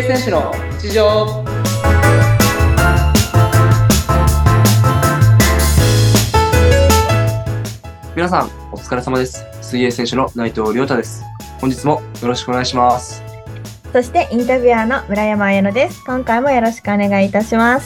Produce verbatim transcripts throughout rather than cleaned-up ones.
選手の日常。皆さんお疲れ様です。水泳選手の内藤亮太です。本日もよろしくお願いします。 そしてインタビュアーの村山彩乃です。今回もよろしくお願いいたします。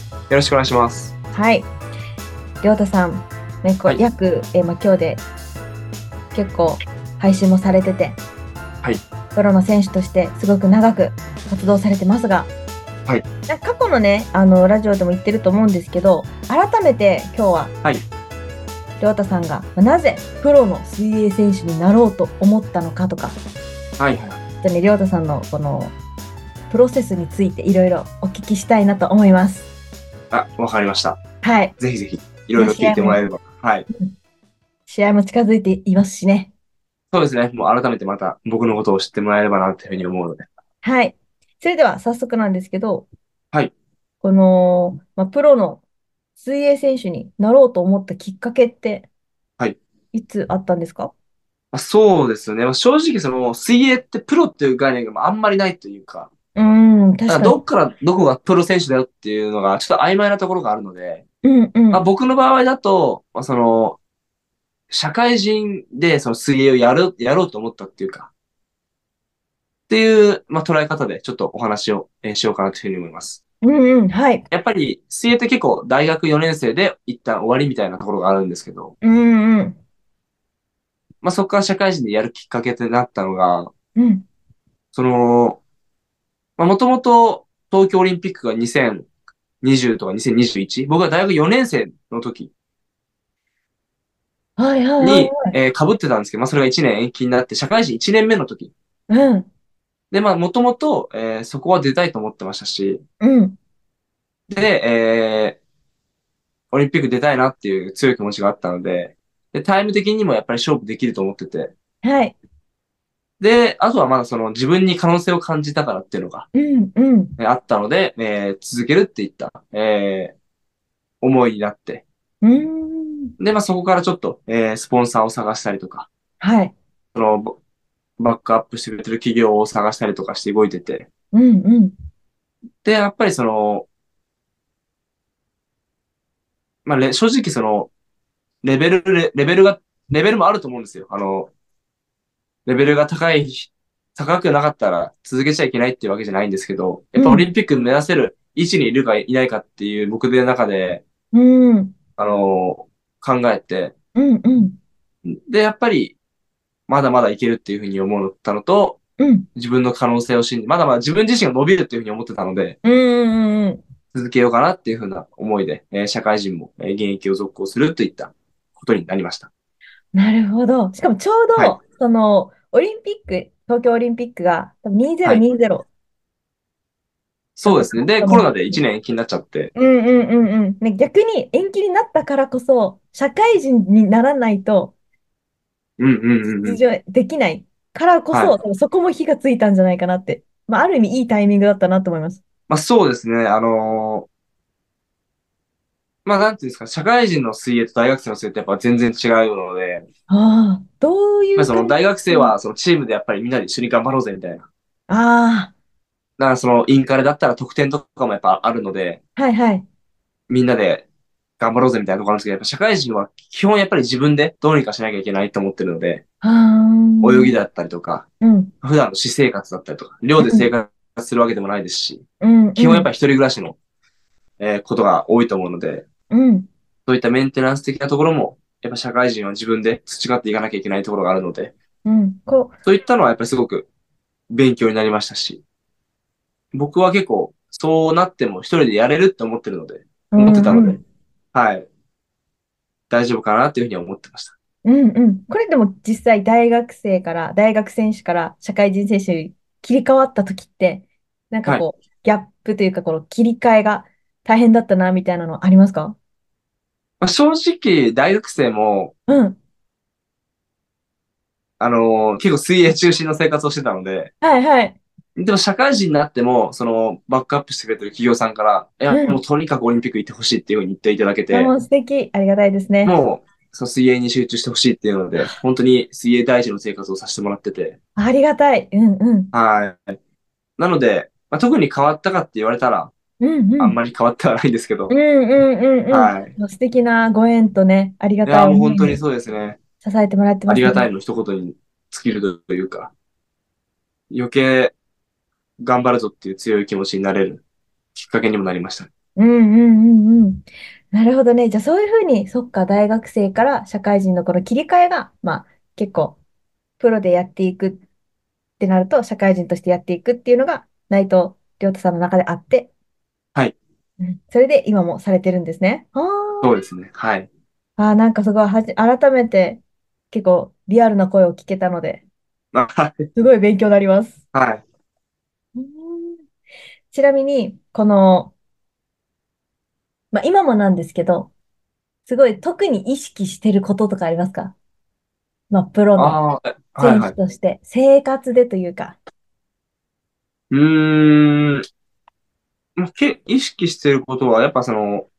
よろしくお願いします。 はい、亮太さん、ね、こう、はい、約、えーまあ、今日で結構配信もされてて、 はい、 プロの選手としてすごく長く活動されてますが、 はい、 過去のねあのラジオでも言ってると思うんですけど、改めて今日は、 はい、 亮太さんがなぜプロの水泳選手になろうと思ったのかとか、 はいはい、 ね、亮太さんのこのプロセスについていろいろお聞きしたいなと思います。 あ、わかりました。 はい。 ぜひぜひいろいろ聞いてもらえれば。はい。 試合も近づいていますしね。 そうですね。もう改めてまた僕のことを知ってもらえればなというふうに思うので。 はい。それでは早速なんですけど、 はい。 この、まあ、プロの水泳選手になろうと思ったきっかけって、 はい。 いつあったんですか？ あ、そうですね。正直その水泳ってプロっていう概念があんまりないというか、 うーん、確かに。 だからどっからどこがプロ選手だよっていうのがちょっと曖昧なところがあるので、 うんうまあ、 ん。 僕の場合だと、まあ、その、社会人でその水泳をやる、やろうと思ったっていうか、っていう、まあ、捉え方でちょっとお話を、えーしようかなというふうに思います。 うんうん、はい。 やっぱり水泳って結構大学よねん生で一旦終わりみたいなところがあるんですけど、 うんうん。 まあ、そこから社会人でやるきっかけとなったのが、 うん。 その、まあ、もともと東京オリンピックがにせんにじゅうとかにせんにじゅういち、僕が大学よねん生の時はいはいはいに、 はい。 えー、被ってたんですけど、まあ、それがいちねん延期になって、社会人いちねんめの時。 うん。 で、まあ、もともと、えーそこは出たいと思ってましたし、 うん。 で、えーオリンピック出たいなっていう強い気持ちがあったので、で、タイム的にもやっぱり勝負できると思ってて、 はい。 で、あとはまだその自分に可能性を感じたからっていうのが、 うんうん。 えーあったので、えー続けるっていった、えー思いになって、 うーん。 で、まあそこからちょっと、えースポンサーを探したりとか、 はい。 その、ババックアップしてくれてる企業を探したりとかして動いてて、 うんうん。 で、やっぱりその、まあ、レ正直その、レベル、レレベルが、レベルもあると思うんですよ。あの、レベルが高い、高くなかったら続けちゃいけないっていうわけじゃないんですけど、やっぱオうん。 リンピック目指せる位置にいるかいないかっていう僕の中で、 うん。 あの、考えて、 うんうん。 で、やっぱりまだまだいけるっていうふうに思ったのと、 うん。 自分の可能性を信じ、まだまだ自分自身が伸びるっていうふうに思ってたので、 うんうんうん。 続けようかなっていうふうな思いで、えー社会人も、えー現役を続行するといったことになりました。 なるほど。しかもちょうはい。 ど、その、オリンピック、東京オリンピックが、多分はい。 にせんにじゅうだったかそうですね。で、 なと思うんコロナで1 ですけど。 年延期になっちゃって、 うんうんうんうん。ね、逆に延期になったからこそ、社会人にならないとうんうんうんうん。 出場できないからこそ、 はい。 多分そこも火がついたんじゃないかなって。まあ、ある意味いいタイミングだったなと思います。 まあそうですね。あのーまあなんていうんですか、社会人の水泳と大学生の水泳ってやっぱ全然違うので、 ああ、どういまあう感じ？ その大学生はそのチームでやっぱりみんなで一緒に頑張ろうぜみたいな。 あだからそのインカレだったら得点とかもやっぱあるので、 あ、はいはい。 みんなで頑張ろうぜみたいなところなんですけど、やっぱ社会人は基本やっぱり自分でどうにかしなきゃいけないと思ってるので、 ああ、 泳ぎだったりとか、 うん、 普段の私生活だったりとか、寮で生うん、 活するわけでもないですし、 うん、うん、 基本やっぱり一人暮らしの、えーことが多いと思うので、 うん、 そういったメンテナンス的なところも、やっぱ社会人は自分で培っていかなきゃいけないところがあるので、 うん。こそういったのはやっぱりすごく勉強になりましたし、僕は結構そうなっても一人でやれるって思ってるので、 う、う思ってたので、 ん、うん、 はい、大丈夫かなっていうふうには思ってました。 うん、うん。これでも実際大学生から、大学選手から社会人選手に切り替わった時って、なんかはい。 こう、ギャップというか、この切り替えが大変だったな、みたいなのありますか？ まあ、正直、大学生も、 うん。 あのー結構水泳中心の生活をしてたので、 はいはい。 でも社会人になっても、その、バックアップしてくれてる企業さんから、いや、もううん。 とにかくオリンピック行ってほしいっていうふうに言っていただけあ、もて、 う素敵。ありがたいですね。 もう、その水泳に集中してほしいっていうので、本当に水泳大事の生活をさせてもらってて、 ありがたい。うんうん。 はい。なので、 まあ、特に変わったかって言われたら、 うんうん。 あんまり変わってはないんですけど、 うんうんうんうん。 はい。 もう素敵なご縁とね、ありがたいいや、もう思いに本当にそうですね。 支えてもらってありますね。 がたいの一言に尽きるというか、余計頑張るぞっていう強い気持ちになれるきっかけにもなりました。 うんうんうんうん。なるほどね。じゃあそういうふうに、そっか、大学生から社会人のこの切り替えが、まあ結構プロでやっていくってなると、社会人としてやっていくっていうのが内藤亮太さんの中であって、 はい。 うん、それで今もされてるんですね。あーそうですね。はい。 あー、なんかすごいはじ、改めて結構リアルな声を聞けたので、 まあ、はい。 すごい勉強になります。 はい。 うんちなみに、この、まあ今もなんですけど、すごい特に意識してることとかありますか？まあプロのああ、えはい選はい。 手として、生活でというか。 うーん、まあ、け、意識してることは、やっぱその、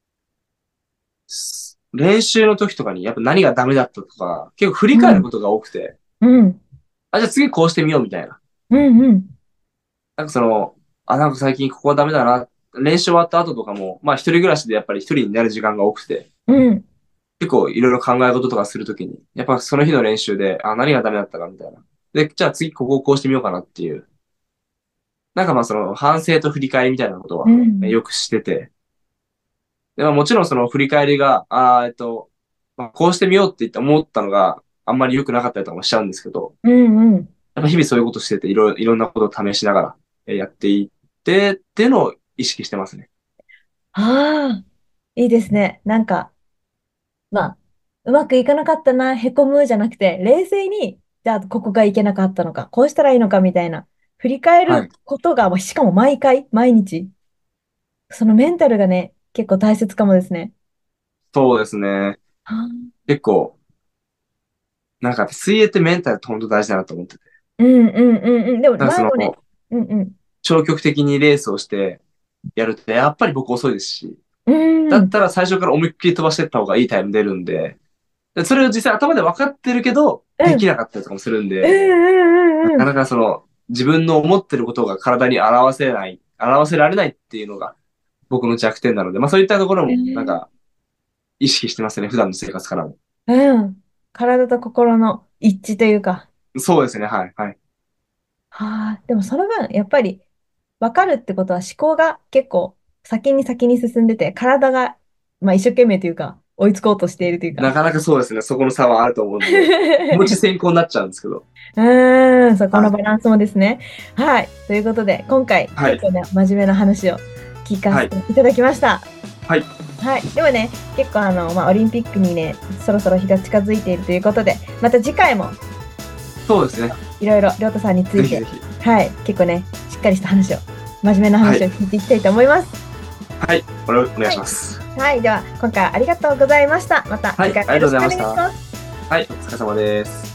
す練習の時とかに、やっぱ何がダメだったとか、結構振りうん、 返ることが多くて、 うん、 あ、じゃあ次こうしてみようみたいな。 うん、うん、 なんかその、あ、なんか最近ここはダメだな。練習終わった後とかも、まあ一人暮らしでやっぱり一人になる時間が多くて、 うん、 結構いろいろ考え事とかするときに、やっぱその日の練習で、あ、何がダメだったかみたいな。で、じゃあ次ここをこうしてみようかなっていう。なんかまあその反省と振り返りみたいなことは、ね、 うん、 よくしてて。でももちろんその振り返りが、あーえっと、まあ、こうしてみようって言って思ったのがあんまり良くなかったりとかもしちゃうんですけど、 うん、うん。 やっぱ日々そういうことしてて、いろいろ、いろんなことを試しながらえーやっていってっていうのを意識してますね。 ああ、いいですね。なんか、まあ、うまくいかなかったな、へこむじゃなくて、冷静に、じゃあ、ここがいけなかったのか、こうしたらいいのかみたいな、振り返るはい。 ことが、しかも毎回、毎日、そのメンタルがね、結構大切かもですね。 そうですね。 あー結構、なんか水泳ってメンタルって本当大事だなと思ってて。 うんうんうんうん。でも、 なんかその、 前もね、うんうん。 消極的にレースをしてやるって、やっぱり僕遅いですし、 うんうんだったら最初から思いっきり飛ばしていった方がいいタイム出るんで、でそれを実際頭で分かってるけど、 うんできなかったりとかもするんうで、なんうんうんかなかその、自分の思ってることが体に表せない、表せられないっていうのが僕の弱点なので、まあそういったところも、なんうんか、意識してますね、普段の生活からも。 うん。体と心の一致というか。 そうですね、はい、はい。 はあ、でもその分、やっぱり分かるってことは思考が結構先に先に進んでて、体が、まあ、一生懸命というか、追いつこうとしているというか。 なかなかそうですね、そこの差はあると思うんで、気持ち先行になっちゃうんですけど。 うーん、そこはい。 のバランスもですね。はい。ということで、今回はい。 結構ね、真面目な話を聞かはい。 せていただきました。 はい。 はい。でもね、結構あの、まあ、オリンピックにね、そろそろ日が近づいているということで、また次回もそうですね。 いろいろ、りょうたさんについて、 ぜひぜひ。 はい、結構ね、しっかりした話を、真面目なはい。 話を聞いていきたいと思います。 はい。お願いはい。 します。 はい。では、今回はありがとうございました。またはい。あり次回もよろしくおがとうございました。 願いします。 はい。お疲れ様です。